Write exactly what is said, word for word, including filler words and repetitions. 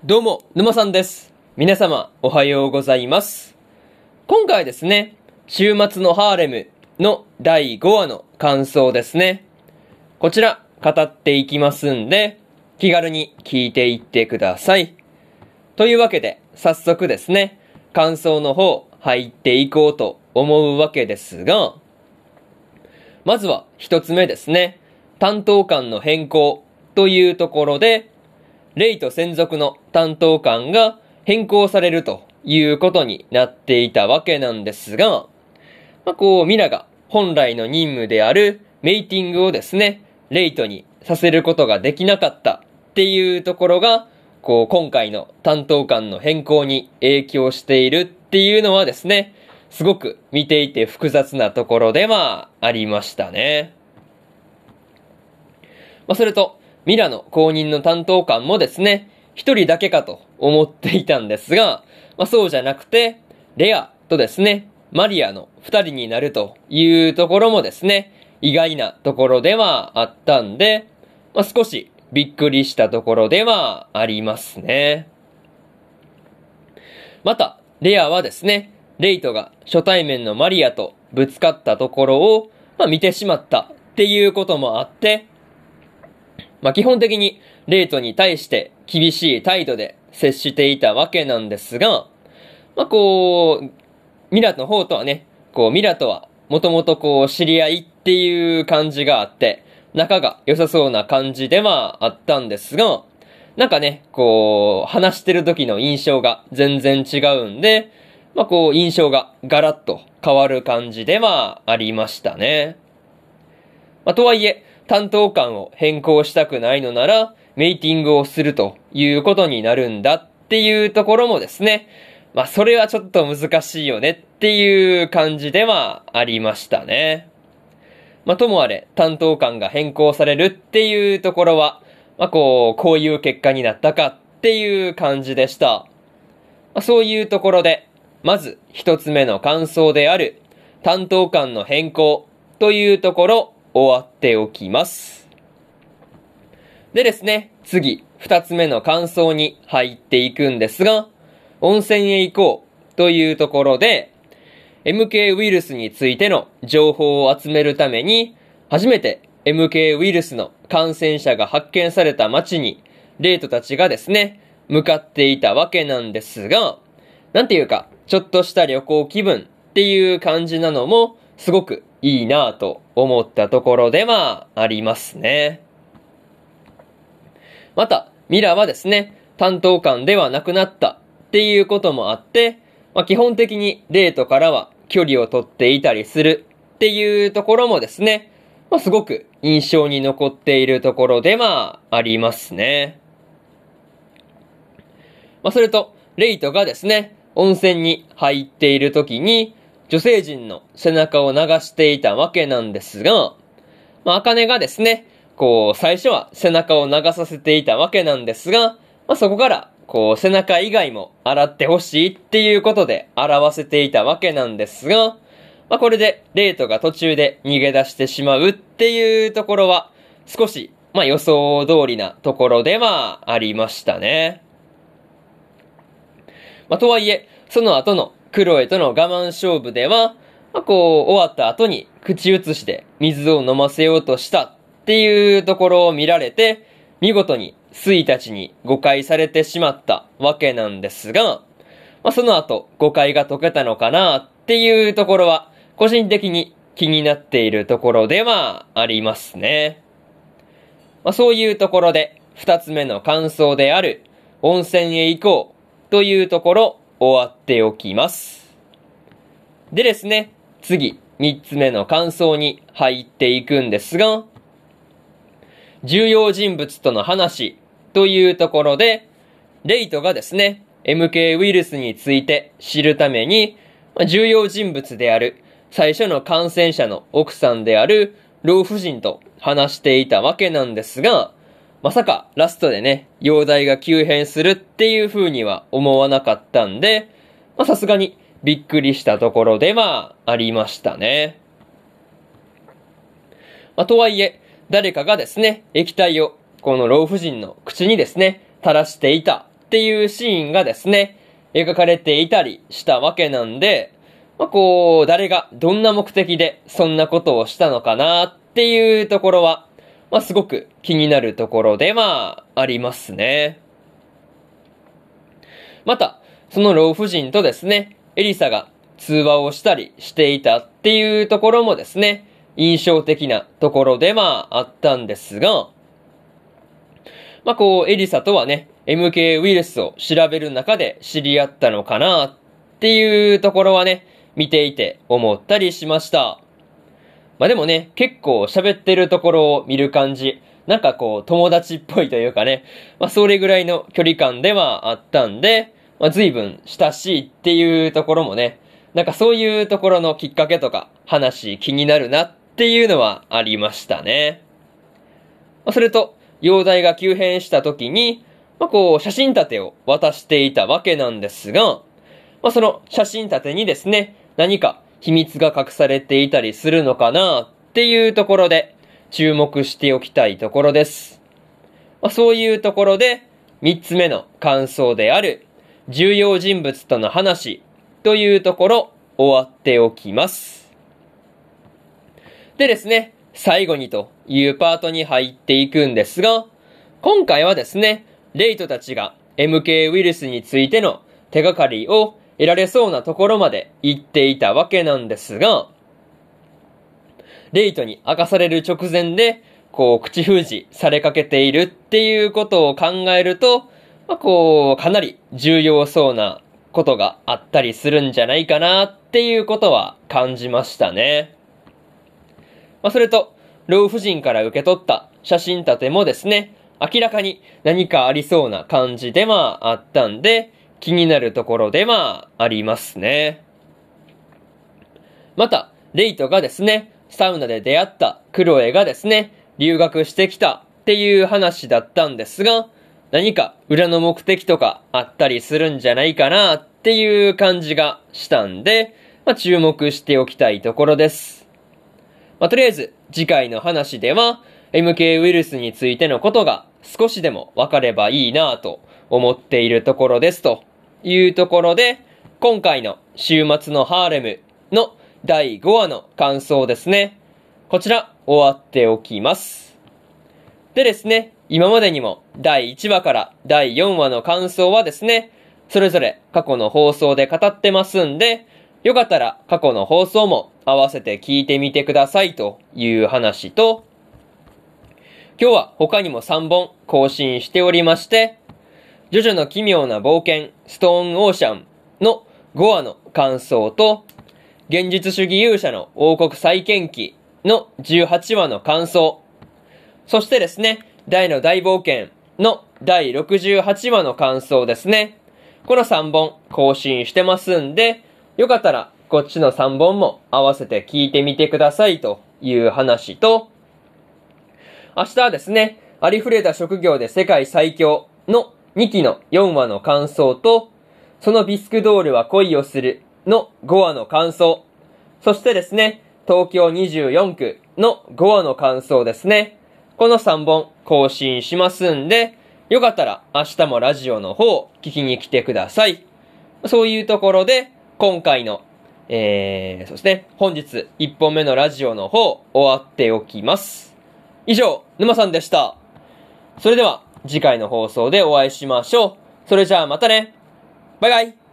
どうも、沼さんです。皆様、おはようございます。今回ですね、週末のハーレムのだいごわの感想ですね。こちら、語っていきますんで、気軽に聞いていってください。というわけで、早速ですね、感想の方、入っていこうと思うわけですが、まずは一つ目ですね、担当官の変更というところで、レイと専属の担当官が変更されるということになっていたわけなんですが、まあ、こう、ミラが本来の任務であるメイティングをですね、レイとにさせることができなかったっていうところが、こう、今回の担当官の変更に影響しているっていうのはですね、すごく見ていて複雑なところではありましたね。まあ、それと、ミラの後任の担当官もですね、一人だけかと思っていたんですが、まあ、そうじゃなくて、レアとですね、マリアの二人になるというところもですね、意外なところではあったんで、まあ、少しびっくりしたところではありますね。また、レアはですね、レイトが初対面のマリアとぶつかったところを、まあ、見てしまったっていうこともあって、まあ、基本的にレイトに対して厳しい態度で接していたわけなんですが、まあ、こう、ミラの方とはね、こう、ミラとはもともとこう、知り合いっていう感じがあって、仲が良さそうな感じではあったんですが、なんかね、こう、話してる時の印象が全然違うんで、まあ、こう、印象がガラッと変わる感じではありましたね。まあ、とはいえ、担当官を変更したくないのなら、メイティングをするということになるんだっていうところもですね、まあ、それはちょっと難しいよねっていう感じではありましたね。まあ、ともあれ、担当官が変更されるっていうところは、まあ、こう、こういう結果になったかっていう感じでした。まあ、そういうところで、まず一つ目の感想である、担当官の変更というところ、終わっておきます。でですね、次、二つ目の感想に入っていくんですが、温泉へ行こうというところで、エムケー ウイルスについての情報を集めるために、初めて エムケー ウイルスの感染者が発見された街に、レイトたちがですね、向かっていたわけなんですが、なんていうか、ちょっとした旅行気分っていう感じなのも、すごくいいなぁと思ったところではありますね。また、ミラはですね、担当官ではなくなったっていうこともあって、まあ、基本的にレイトからは距離を取っていたりするっていうところもですね、まあ、すごく印象に残っているところではありますね。まあ、それと、レイトがですね、温泉に入っている時に、女性陣の背中を流していたわけなんですが、まあ、アカネがですね、こう、最初は背中を流させていたわけなんですが、まあ、そこから、こう、背中以外も洗ってほしいっていうことで洗わせていたわけなんですが、まあ、これで、レイトが途中で逃げ出してしまうっていうところは、少し、まあ、予想通りなところではありましたね。まあ、とはいえ、その後のクロエとの我慢勝負では、まあ、こう、終わった後に口移しで水を飲ませようとしたっていうところを見られて、見事にスイたちに誤解されてしまったわけなんですが、まあ、その後誤解が解けたのかなっていうところは、個人的に気になっているところではありますね。まあ、そういうところで、二つ目の感想である、温泉へ行こうというところ、終わっておきます。でですね、次、三つ目の感想に入っていくんですが、重要人物との話というところで、レイトがですね、エムケー ウイルスについて知るために、重要人物である最初の感染者の奥さんである老婦人と話していたわけなんですが、まさかラストでね、容体が急変するっていう風には思わなかったんで、まあさすがにびっくりしたところではありましたね。まあ、とはいえ、誰かがですね、液体をこの老婦人の口にですね、垂らしていたっていうシーンがですね、描かれていたりしたわけなんで、まあ、こう、誰がどんな目的でそんなことをしたのかなっていうところは、まあ、すごく気になるところではありますね。また、その老婦人とですね、エリサが通話をしたりしていたっていうところもですね、印象的なところではあったんですが、まあ、こう、エリサとはね、エムケー ウイルスを調べる中で知り合ったのかなっていうところはね、見ていて思ったりしました。まあ、でもね、結構喋ってるところを見る感じ、なんかこう、友達っぽいというかね、まあ、それぐらいの距離感ではあったんで、まあ、随分親しいっていうところもね、なんかそういうところのきっかけとか、話気になるなっていうのはありましたね。まあ、それと、容体が急変した時に、まあ、こう、写真立てを渡していたわけなんですが、まあ、その写真立てにですね、何か秘密が隠されていたりするのかなっていうところで注目しておきたいところです。まあ、そういうところで三つ目の感想である重要人物との話というところ終わっておきます。でですね、最後にというパートに入っていくんですが、今回はですね、レイトたちが エムケー ウイルスについての手がかりを得られそうなところまで行っていたわけなんですが、レイトに明かされる直前で、こう、口封じされかけているっていうことを考えると、まあ、こう、かなり重要そうなことがあったりするんじゃないかなっていうことは感じましたね。まあ、それと、老婦人から受け取った写真立てもですね、明らかに何かありそうな感じではあったんで、気になるところではありますね。また、レイトがですね、サウナで出会ったクロエがですね、留学してきたっていう話だったんですが、何か裏の目的とかあったりするんじゃないかなっていう感じがしたんで、まあ、注目しておきたいところです。まあ、とりあえず次回の話では エムケー ウイルスについてのことが少しでもわかればいいなぁと思っているところですというところで、今回の週末のハーレムのだいごわの感想ですね。こちら終わっておきます。でですね、今までにもだいいちわからだいよんわの感想はですね、それぞれ過去の放送で語ってますんで、よかったら過去の放送も合わせて聞いてみてくださいという話と、今日は他にもさんぼん更新しておりまして、ジョジョの奇妙な冒険ストーンオーシャンのごわの感想と、現実主義勇者の王国再建記のじゅうはちわの感想、そしてですね、大の大冒険のだいろくじゅうはちわの感想ですね。このさんぼん更新してますんで、よかったらこっちのさんぼんも合わせて聞いてみてくださいという話と、明日はですね、ありふれた職業で世界最強のにきのよんわの感想と、そのビスクドールは恋をするのごわの感想、そしてですね、東京にじゅうよんくのごわの感想ですね。このさんぼん更新しますんで、よかったら明日もラジオの方聞きに来てください。そういうところで、今回の、えー、そうですね、本日いっぽんめのラジオの方終わっておきます。以上、沼さんでした。それでは次回の放送でお会いしましょう。それじゃあまたね。バイバイ。